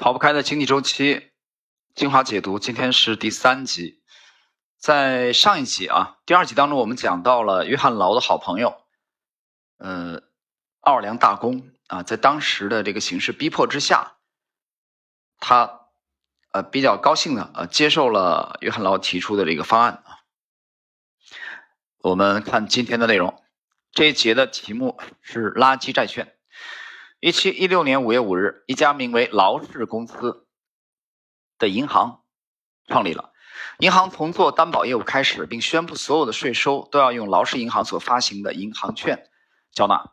逃不开的经济周期精华解读，今天是第3集。在上一集第2集当中，我们讲到了约翰劳的好朋友奥尔良大公在当时的这个形势逼迫之下，他比较高兴的接受了约翰劳提出的这个方案我们看今天的内容，这一节的题目是垃圾债券。1716年5月5日，一家名为劳氏公司的银行创立了。银行从做担保业务开始，并宣布所有的税收都要用劳氏银行所发行的银行券缴纳。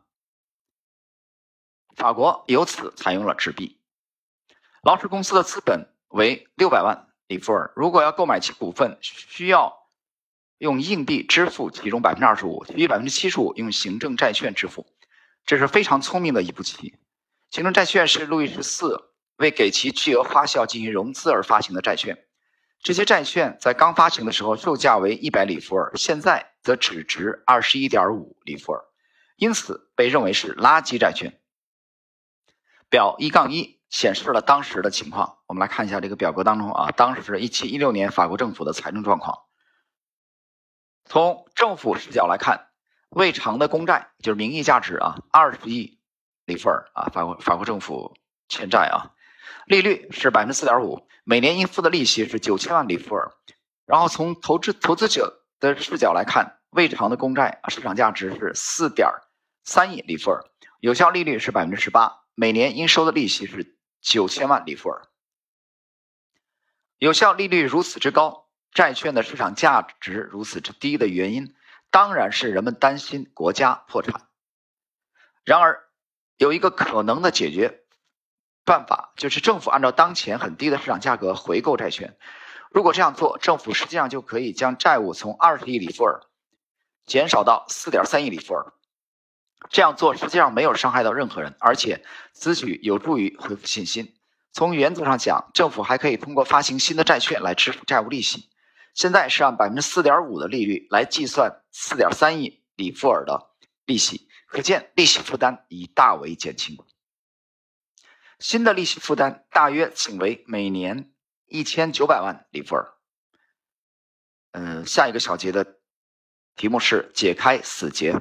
法国由此采用了纸币。劳氏公司的资本为600万里弗尔，如果要购买其股份，需要用硬币支付其中 25%， 其余 75% 用行政债券支付。这是非常聪明的一步棋。行政债券是路易14为给其巨额花销进行融资而发行的债券。这些债券在刚发行的时候售价为100里弗尔，现在则只值 21.5 里弗尔，因此被认为是垃圾债券。表 1-1 显示了当时的情况。我们来看一下这个表格当中当时1716年法国政府的财政状况。从政府视角来看，未偿的公债就是名义价值20亿里弗尔法国政府欠债利率是 4.5%， 每年应付的利息是9000万里弗尔。然后从投资者的视角来看，未偿的公债市场价值是 4.3 亿里弗尔，有效利率是 18%， 每年应收的利息是9000万里弗尔。有效利率如此之高，债券的市场价值如此之低的原因，当然是人们担心国家破产。然而有一个可能的解决办法，就是政府按照当前很低的市场价格回购债券。如果这样做，政府实际上就可以将债务从20亿里弗尔减少到 4.3 亿里弗尔。这样做实际上没有伤害到任何人，而且此举有助于恢复信心。从原则上讲，政府还可以通过发行新的债券来支付债务利息。现在是按 4.5% 的利率来计算 4.3 亿里弗尔的利息，可见利息负担已大为减轻。新的利息负担大约仅为每年1900万里弗尔。下一个小节的题目是解开死结。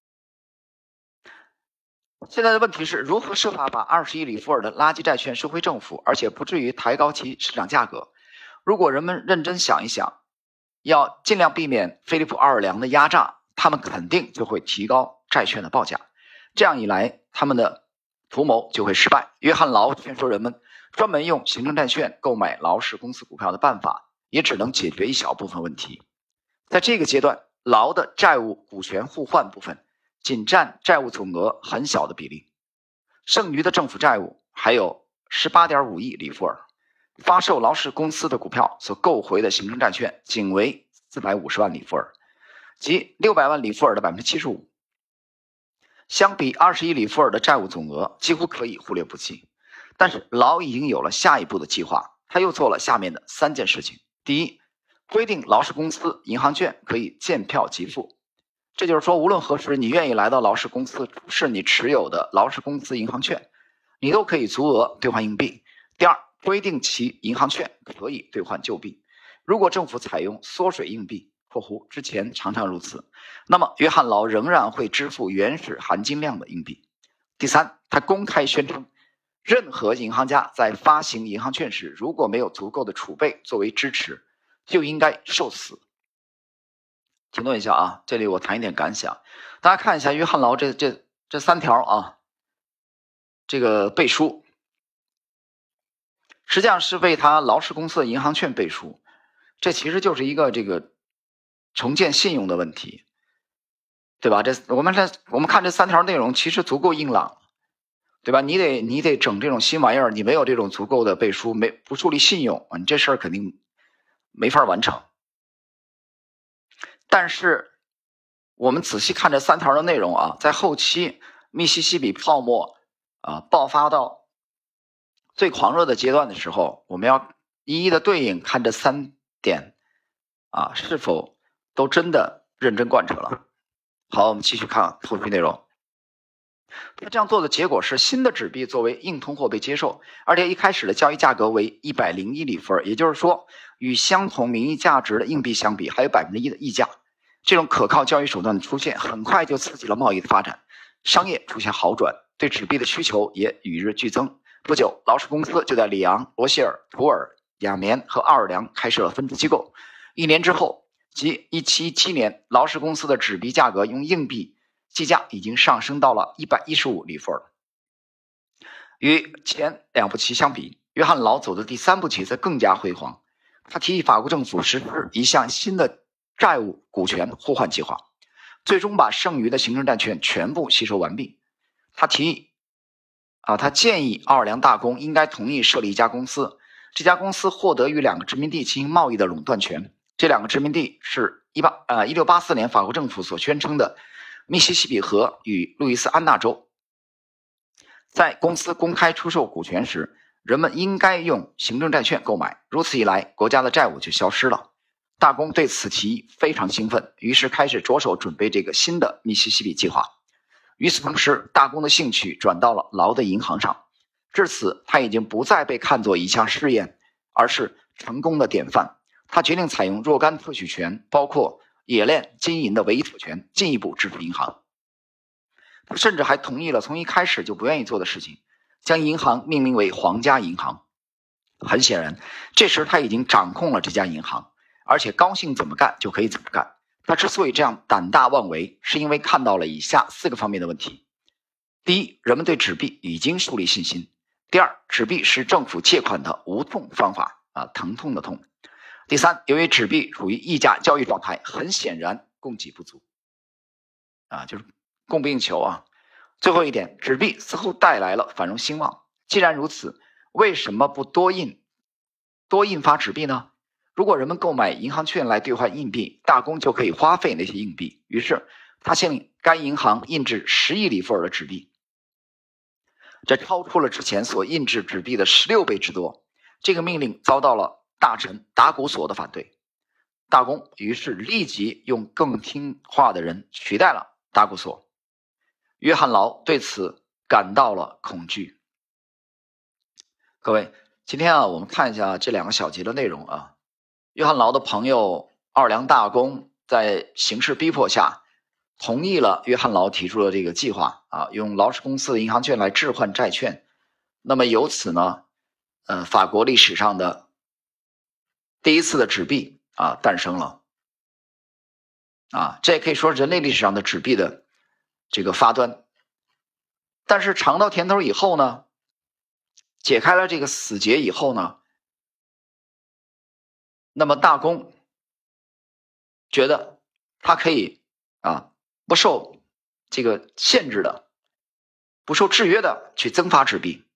现在的问题是如何设法把20亿里弗尔的垃圾债券收回政府，而且不至于抬高其市场价格。如果人们认真想一想，要尽量避免菲利普·奥尔良的压榨，他们肯定就会提高债券的报价。这样一来，他们的图谋就会失败。约翰劳劝说人们，专门用行政债券购买劳氏公司股票的办法，也只能解决一小部分问题。在这个阶段，劳的债务股权互换部分仅占债务总额很小的比例，剩余的政府债务还有 18.5 亿里弗尔。发售劳氏公司的股票所购回的行政债券仅为450万里弗尔，即600万里弗尔的 75%。 相比20亿里弗尔的债务总额，几乎可以忽略不计。但是劳已经有了下一步的计划，他又做了下面的3件事情。第一，规定劳氏公司银行券可以见票即付，这就是说无论何时你愿意来到劳氏公司出示你持有的劳氏公司银行券，你都可以足额兑换硬币。第二，规定其银行券可以兑换旧币。如果政府采用缩水硬币之前常常如此，那么约翰劳仍然会支付原始含金量的硬币。第三，他公开宣称，任何银行家在发行银行券时，如果没有足够的储备作为支持，就应该受死。停顿一下这里我谈一点感想。大家看一下约翰劳这3条这个背书，实际上是为他劳氏公司的银行券背书。这其实就是一个这个重建信用的问题，对吧？我们看这3条内容其实足够硬朗，对吧？你得整这种新玩意儿，你没有这种足够的背书，不树立信用你这事儿肯定没法完成。但是我们仔细看这3条的内容在后期密西西比泡沫爆发到最狂热的阶段的时候，我们要一一的对应看这3点是否都真的认真贯彻了。好，我们继续看后续内容。 他这样做的结果是，新的纸币作为硬通货被接受，而且一开始的交易价格为101里弗尔，也就是说，与相同名义价值的硬币相比，还有1%的溢价。这种可靠交易手段的出现，很快就刺激了贸易的发展，商业出现好转，对纸币的需求也与日俱增。不久，劳氏公司就在里昂、罗谢尔、图尔、亚眠和奥尔良开设了分支机构。1年之后，即1717年，劳氏公司的纸币价格用硬币计价已经上升到了115里弗尔。与前2步棋相比，约翰劳走的第3步棋则更加辉煌。他提议法国政府实施一项新的债务股权互换计划，最终把剩余的行政债券全部吸收完毕。他建议奥尔良大公应该同意设立一家公司，这家公司获得与2个殖民地进行贸易的垄断权。这2个殖民地是1684年法国政府所宣称的密西西比河与路易斯安那州。在公司公开出售股权时，人们应该用行政债券购买，如此一来，国家的债务就消失了。大公对此提议非常兴奋，于是开始着手准备这个新的密西西比计划。与此同时，大公的兴趣转到了劳的银行上，至此他已经不再被看作一项试验，而是成功的典范。他决定采用若干特许权，包括冶炼金银的唯一特权，进一步支持银行。他甚至还同意了从一开始就不愿意做的事情，将银行命名为皇家银行。很显然，这时他已经掌控了这家银行，而且高兴怎么干就可以怎么干。他之所以这样胆大妄为，是因为看到了以下4个方面的问题。第一，人们对纸币已经树立信心。第二，纸币是政府借款的无痛方法，疼痛的痛。第三，由于纸币处于溢价交易状态，很显然供给不足，就是供不应求啊。最后一点，纸币似乎带来了繁荣兴旺。既然如此，为什么不多印发纸币呢？如果人们购买银行券来兑换硬币，大公就可以花费那些硬币。于是他下令该银行印制10亿里弗尔的纸币，这超出了之前所印制纸币的16倍之多。这个命令遭到了大臣达古索的反对，大公于是立即用更听话的人取代了达古索。约翰劳对此感到了恐惧。各位，今天我们看一下这2个小节的内容啊。约翰劳的朋友奥尔良大公在形势逼迫下同意了约翰劳提出的这个计划用劳氏公司的银行券来置换债券。那么由此呢，法国历史上的第一次的纸币诞生了这也可以说人类历史上的纸币的这个发端。但是尝到甜头以后呢，解开了这个死结以后呢，那么大公觉得他可以不受这个限制的、不受制约的去增发纸币。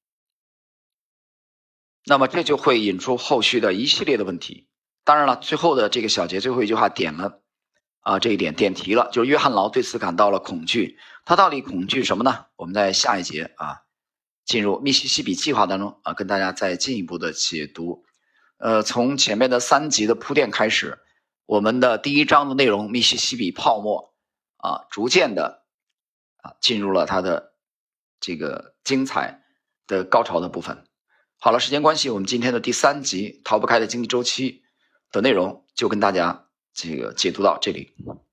那么这就会引出后续的一系列的问题。当然了，最后的这个小节最后一句话点了这一点，点题了，就是约翰劳对此感到了恐惧。他到底恐惧什么呢？我们在下一节进入密西西比计划当中跟大家再进一步的解读。从前面的3集的铺垫开始，我们的第1章的内容密西西比泡沫逐渐的进入了它的这个精彩的高潮的部分。好了，时间关系，我们今天的第3集逃不开的经济周期的内容就跟大家这个解读到这里。